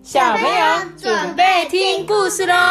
小朋友准备听故事咯。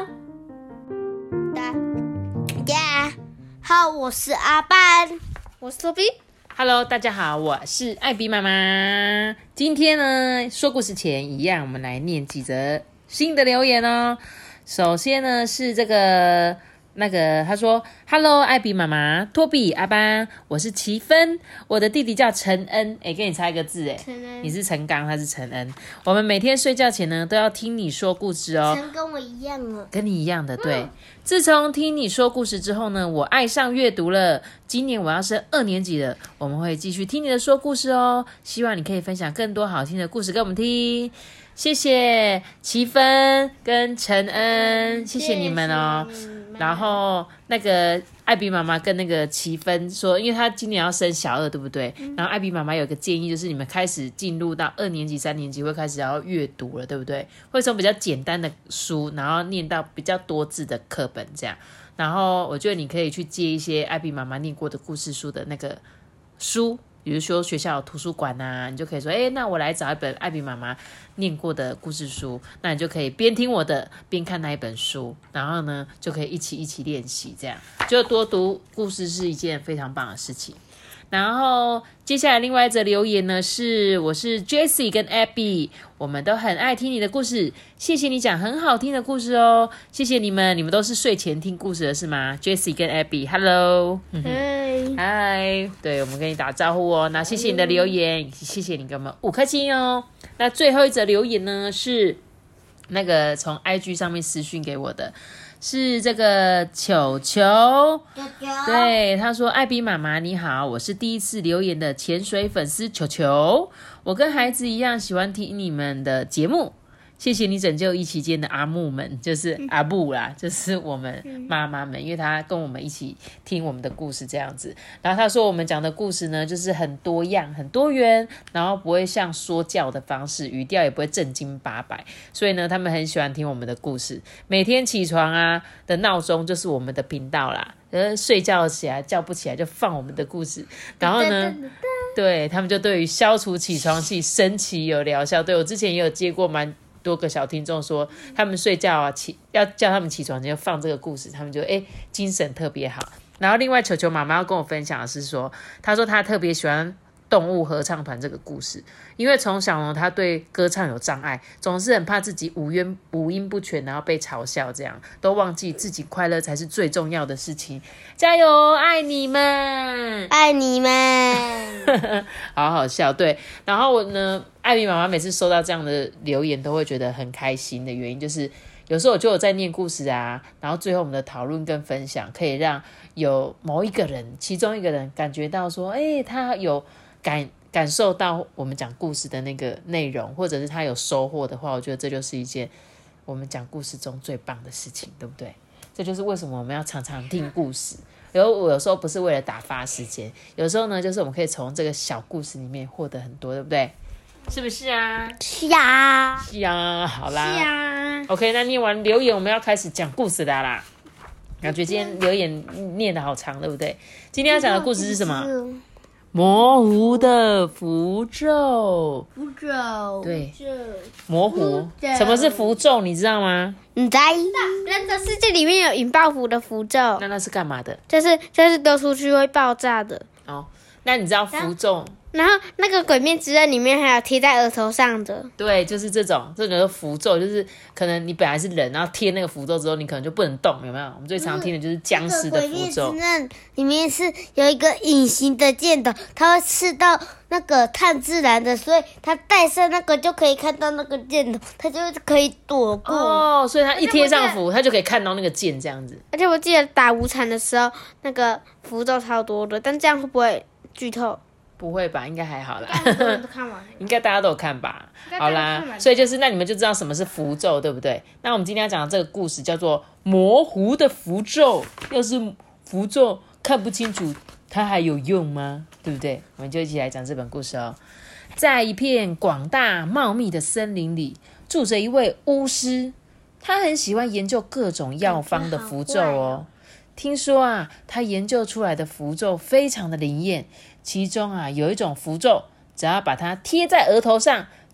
大家好，我是阿班， 我是托比。 Hello， 大家好，我是艾比妈妈。今天呢，说故事前一样，我们来念几则新的留言哦。首先呢是他说 Hello 艾比妈妈、托比、阿班，我是齐芬，我的弟弟叫陈恩，给你猜一个字你是陈刚，他是陈恩。我们每天睡觉前呢都要听你说故事哦。 陈跟我一样哦， 跟你一样的，对。自从听你说故事之后呢，我爱上阅读了。今年我要升2年级了，我们会继续听你的说故事哦。希望你可以分享更多好听的故事给我们听。谢谢齐芬跟陈恩，谢谢你们哦。然后艾比妈妈跟齐芬说，因为她今年要升小2，对不对？然后艾比妈妈有个建议，就是你们开始进入到2年级、3年级会开始要阅读了，对不对？会从比较简单的书，然后念到比较多字的课本这样。然后我觉得你可以去借一些艾比妈妈念过的故事书的那个书，比如说学校有图书馆啊，你就可以说，那我来找一本艾比妈妈念过的故事书，那你就可以边听我的边看那一本书，然后呢就可以一起练习，这样就多读故事是一件非常棒的事情。然后接下来另外一则留言呢我是 Jessie 跟 Abby， 我们都很爱听你的故事，谢谢你讲很好听的故事哦，谢谢你们都是睡前听故事的是吗？ Jessie 跟 Abby Hello， 嗨，对，我们跟你打招呼哦。那谢谢你的留言，谢谢你给我们5颗星哦。那最后一则留言呢是从 IG 上面私讯给我的，是这个球球，对，他说艾比妈妈你好，我是第一次留言的潜水粉丝球球，我跟孩子一样喜欢听你们的节目，谢谢你拯救疫期间的阿木们，就是阿布啦，就是我们妈妈们，因为他跟我们一起听我们的故事这样子。然后他说我们讲的故事呢，就是很多样、很多元，然后不会像说教的方式，语调也不会正经八百，所以呢，他们很喜欢听我们的故事。每天起床的闹钟就是我们的频道啦，睡觉起来叫不起来就放我们的故事，然后呢，对他们就对于消除起床气神奇有疗效。对我之前也有接过蛮多个小听众说，他们睡觉要叫他们起床就放这个故事，他们就精神特别好。然后另外球球妈妈要跟我分享的是说，她说她特别喜欢动物合唱团这个故事，因为从小呢她对歌唱有障碍，总是很怕自己五音不全，然后被嘲笑，这样都忘记自己快乐才是最重要的事情。加油，爱你们， 爱你们。 好好笑。对，然后我呢，艾比妈妈每次收到这样的留言都会觉得很开心的原因，就是有时候我就有在念故事然后最后我们的讨论跟分享可以让有某一个人，其中一个人感觉到说，他有感受到我们讲故事的那个内容，或者是他有收获的话，我觉得这就是一件我们讲故事中最棒的事情，对不对？这就是为什么我们要常常听故事。我有时候不是为了打发时间，有时候呢，就是我们可以从这个小故事里面获得很多，对不对？是不是啊？ 是啊， 是啊，好啦， 是啊。 OK， 那念完留言，我们要开始讲故事啦。感觉今天留言念得好长，对不对？今天要讲的故事是什么？模糊的符咒。 符咒， 对，模糊。什么是符咒？你知道吗？ 你在人的世界里面有引爆符的符咒， 那是干嘛的？ 就是丢出去会爆炸的。 哦，那你知道符咒？ 然后那个鬼灭之刃里面还有贴在额头上的， 对，就是这种符咒，就是可能你本来是人，然后贴那个符咒之后，你可能就不能动，有没有？我们最常听的就是僵尸的符咒。鬼灭之刃里面是有一个隐形的箭头，它会刺到那个炭治郎的，所以他带上那个就可以看到那个箭头，他就可以躲过。 哦，所以他一贴上符，他就可以看到那个箭这样子。 而且我记得打无惨的时候，那个符咒超多的，但这样会不会剧透？ 不会吧，应该还好啦。 看完应该大家都有看吧。好啦，所以那你们就知道什么是符咒，对不对？那我们今天要讲的这个故事叫做模糊的符咒。要是符咒看不清楚，它还有用吗？对不对？我们就一起来讲这本故事哦。在一片广大茂密的森林里，住着一位巫师，他很喜欢研究各种药方的符咒哦。听说他研究出来的符咒非常的灵验，其中有一种符咒，只要把它贴在额头上，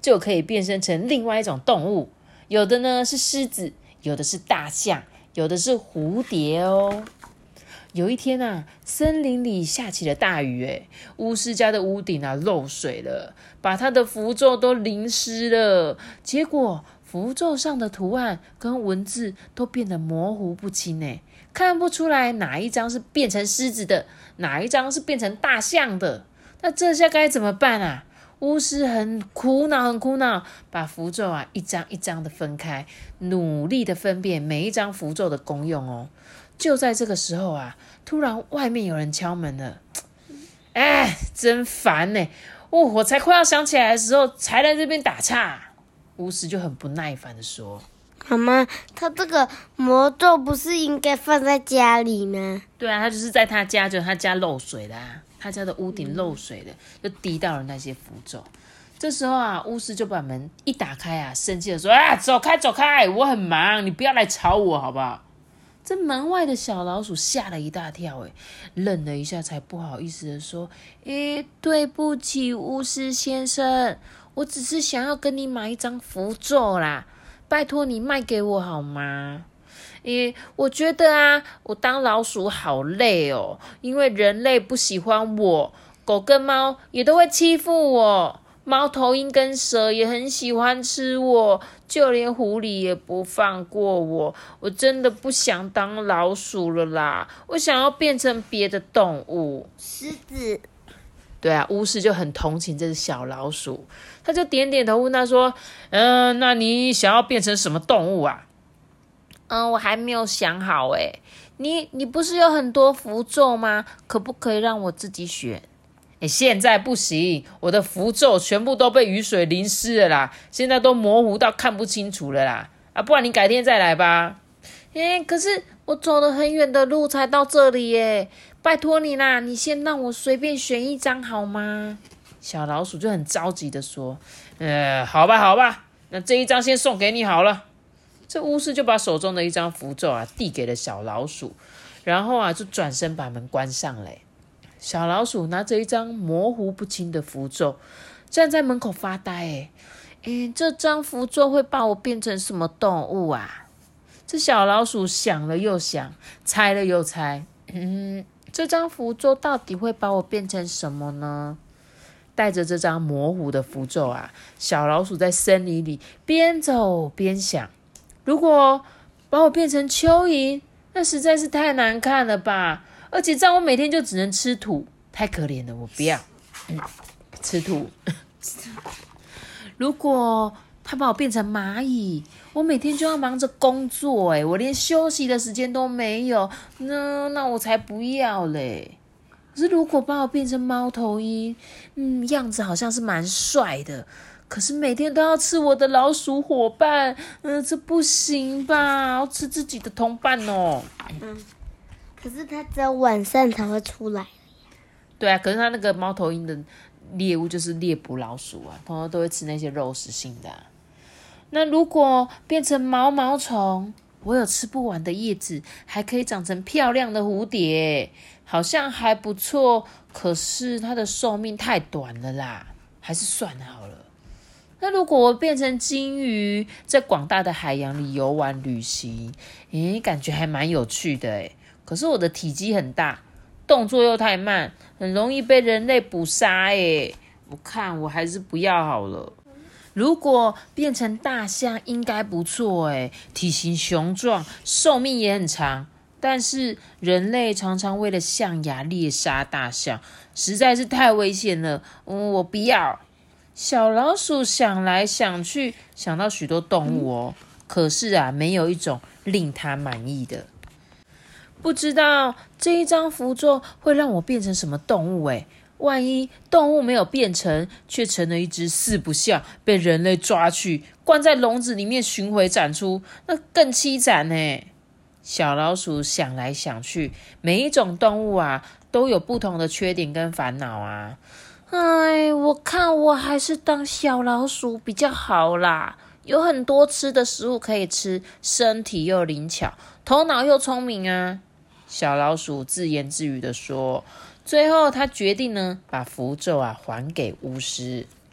就可以变身成另外一种动物。有的呢是狮子，有的是大象，有的是蝴蝶哦。有一天啊，森林里下起了大雨，巫师家的屋顶啊漏水了，把他的符咒都淋湿了。结果符咒上的图案跟文字都变得模糊不清，看不出来哪一张是变成狮子的，哪一张是变成大象的。那这下该怎么办啊？巫师很苦恼，把符咒啊一张一张的分开，努力的分辨每一张符咒的功用哦。就在这个时候啊，突然外面有人敲门了。真烦呢！我才快要想起来的时候，才来这边打岔。巫师就很不耐烦的说：“ 妈妈，他这个魔咒不是应该放在家里吗？” 对啊，他就是在他家，就他家漏水啦，他家的屋顶漏水了，就滴到了那些符咒。这时候啊，巫师就把门一打开啊，生气的说：“走开，我很忙，你不要来吵我，好不好？”这门外的小老鼠吓了一大跳，愣了一下，才不好意思的说：“对不起，巫师先生，我只是想要跟你买一张符咒啦，拜托你卖给我好吗？我觉得啊，我当老鼠好累哦，因为人类不喜欢我，狗跟猫也都会欺负我。”猫头鹰跟蛇也很喜欢吃我，就连狐狸也不放过我。我真的不想当老鼠了啦，我想要变成别的动物。 狮子。 对啊，巫师就很同情这只小老鼠，他就点点头问他说：“那你想要变成什么动物啊？”我还没有想好你不是有很多符咒吗？可不可以让我自己选？现在不行，我的符咒全部都被雨水淋湿了啦，现在都模糊到看不清楚了啦。不然你改天再来吧。可是我走了很远的路才到这里耶，拜托你啦，你先让我随便选一张好吗？小老鼠就很着急的说：“好吧，那这一张先送给你好了。”这巫师就把手中的一张符咒啊递给了小老鼠，然后啊就转身把门关上了。小老鼠拿着一张模糊不清的符咒，站在门口发呆。这张符咒会把我变成什么动物啊？这小老鼠想了又想，猜了又猜。这张符咒到底会把我变成什么呢？带着这张模糊的符咒啊，小老鼠在森林里边走边想，如果把我变成蚯蚓，那实在是太难看了吧。而且这样我每天就只能吃土，太可怜了，我不要。吃土。如果他把我变成蚂蚁，我每天就要忙着工作，我连休息的时间都没有，那我才不要嘞。可是如果把我变成猫头鹰，样子好像是蛮帅的，可是每天都要吃我的老鼠伙伴，这不行吧？要吃自己的同伴哦。 可是它只有晚上才会出来。 对啊，可是它那个猫头鹰的猎物就是猎捕老鼠啊，通常都会吃那些肉食性的。那如果变成毛毛虫，我有吃不完的叶子，还可以长成漂亮的蝴蝶，好像还不错。可是它的寿命太短了啦，还是算了好了。那如果我变成金鱼，在广大的海洋里游玩旅行，感觉还蛮有趣的。可是我的体积很大，动作又太慢，很容易被人类捕杀。我看我还是不要好了。如果变成大象应该不错，体型雄壮，寿命也很长。但是人类常常为了象牙猎杀大象，实在是太危险了。我不要。小老鼠想来想去，想到许多动物可是啊，没有一种令它满意的。不知道这一张符咒会让我变成什么动物万一动物没有变成，却成了一只四不像，被人类抓去关在笼子里面巡回展出，那更凄惨小老鼠想来想去，每一种动物啊都有不同的缺点跟烦恼啊。我看我还是当小老鼠比较好啦，有很多吃的食物可以吃，身体又灵巧，头脑又聪明啊。小老鼠自言自语的说。最后他决定呢，把符咒还给巫师。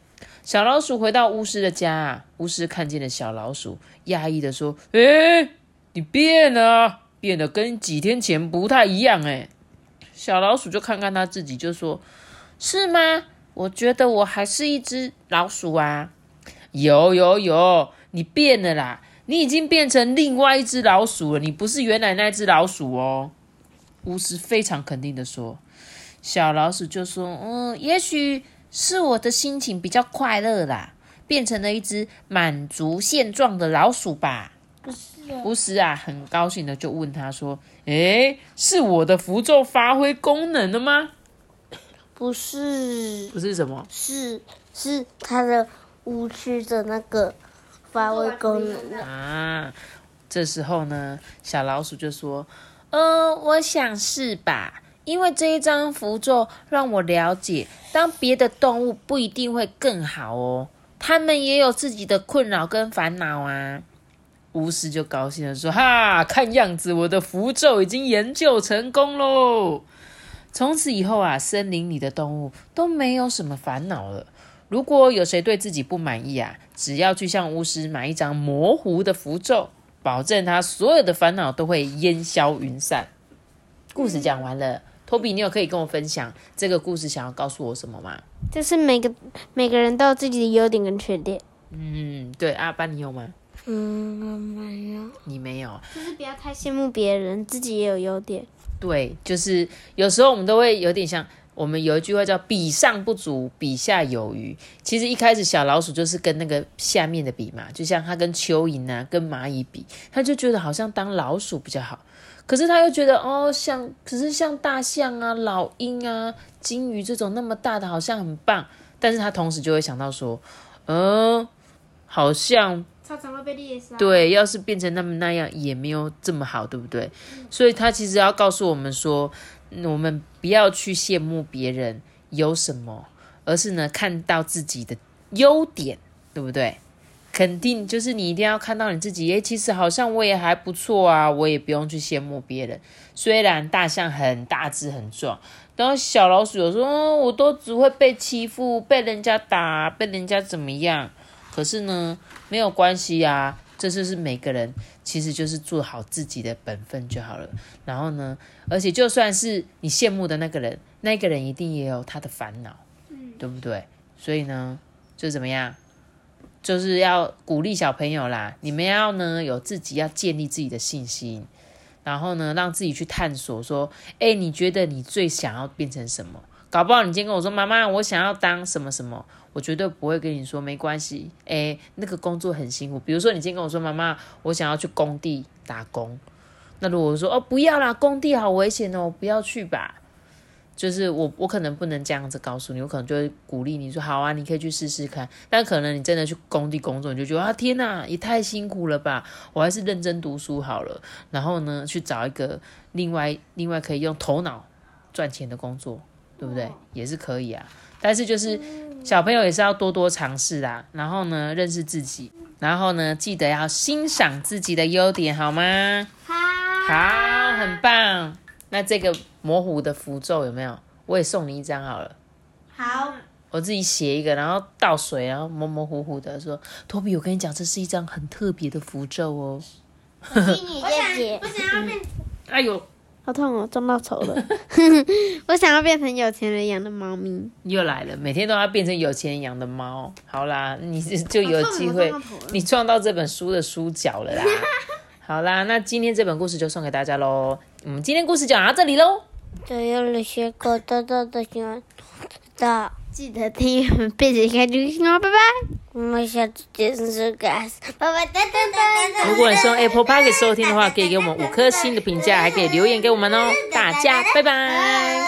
小老鼠回到巫师的家啊，巫师看见了小老鼠，讶异的说：你变了，变得跟几天前不太一样诶。小老鼠就看看他自己，就说：是吗？我觉得我还是一只老鼠啊。有，你变了啦，你已经变成另外一只老鼠了，你不是原来那只老鼠哦。巫师非常肯定的说。小老鼠就说：也许是我的心情比较快乐啦，变成了一只满足现状的老鼠吧。 不是啊， 巫师啊，很高兴的就问他说：是我的符咒发挥功能了吗？ 不是， 不是什么？ 是他的巫师的那个发挥功能啊。这时候呢，小老鼠就说：我想是吧，因为这一张符咒让我了解，当别的动物不一定会更好哦，他们也有自己的困扰跟烦恼啊。巫师就高兴地说：哈，看样子我的符咒已经研究成功咯。从此以后啊，森林里的动物都没有什么烦恼了。如果有谁对自己不满意啊，只要去向巫师买一张模糊的符咒，保证他所有的烦恼都会烟消云散。故事讲完了，托比，你有可以跟我分享这个故事想要告诉我什么吗？ 就是每个人都有自己的优点跟缺点。 对，阿班你有吗？ 没有。 你没有， 就是不要太羡慕别人，自己也有优点。 对，就是有时候我们都会有点像，我们有一句话叫比上不足，比下有余。其实一开始小老鼠就是跟那个下面的比嘛，就像他跟蚯蚓啊、跟蚂蚁比，他就觉得好像当老鼠比较好。可是他又觉得可是像大象啊、老鹰啊、金鱼这种那么大的好像很棒，但是他同时就会想到说，好像常常会被猎杀。 对，要是变成他们那样也没有这么好，对不对？所以他其实要告诉我们说，我们不要去羡慕别人有什么，而是呢看到自己的优点，对不对？肯定就是你一定要看到你自己，其实好像我也还不错啊，我也不用去羡慕别人。虽然大象很大只很壮，然后小老鼠有说，我都只会被欺负，被人家打，被人家怎么样。可是呢，没有关系啊，这就是每个人其实就是做好自己的本分就好了。然后呢，而且就算是你羡慕的那个人，那个人一定也有他的烦恼，对不对？所以呢，就怎么样？就是要鼓励小朋友啦，你们要呢有自己要建立自己的信心，然后呢让自己去探索说，你觉得你最想要变成什么？搞不好你今天跟我说，妈妈，我想要当什么什么，我绝对不会跟你说没关系，那个工作很辛苦。比如说你今天跟我说，妈妈，我想要去工地打工，那如果我说不要啦，工地好危险哦，不要去吧。就是我可能不能这样子告诉你，我可能就会鼓励你说好啊，你可以去试试看。但可能你真的去工地工作，你就觉得天哪，也太辛苦了吧，我还是认真读书好了。然后呢，去找一个另外可以用头脑赚钱的工作，对不对？也是可以啊。但是就是小朋友也是要多多尝试啦，然后呢认识自己，然后呢记得要欣赏自己的优点，好吗？好，很棒。那这个模糊的符咒有没有？我也送你一张好了。 好， 我自己写一个，然后倒水，然后模模糊糊的说：“托比，我跟你讲，这是一张很特别的符咒哦。” 你再解。 我想要变， 哎呦， 好痛哦，撞到头了。我想要变成有钱人养的猫咪。 又来了，每天都要变成有钱人养的猫。好啦，你就有机会，你撞到这本书的书角了啦。好啦，那今天这本故事就送给大家咯。我们今天故事讲到这里咯。 只有了学过多多的喜欢的， 记得订阅我们贝姐开流星哦，拜拜。 我们下次见，是拜拜， 如果你是用 Apple Podcast 收听的话，可以给我们5颗星的评价，还可以留言给我们哦。大家拜拜。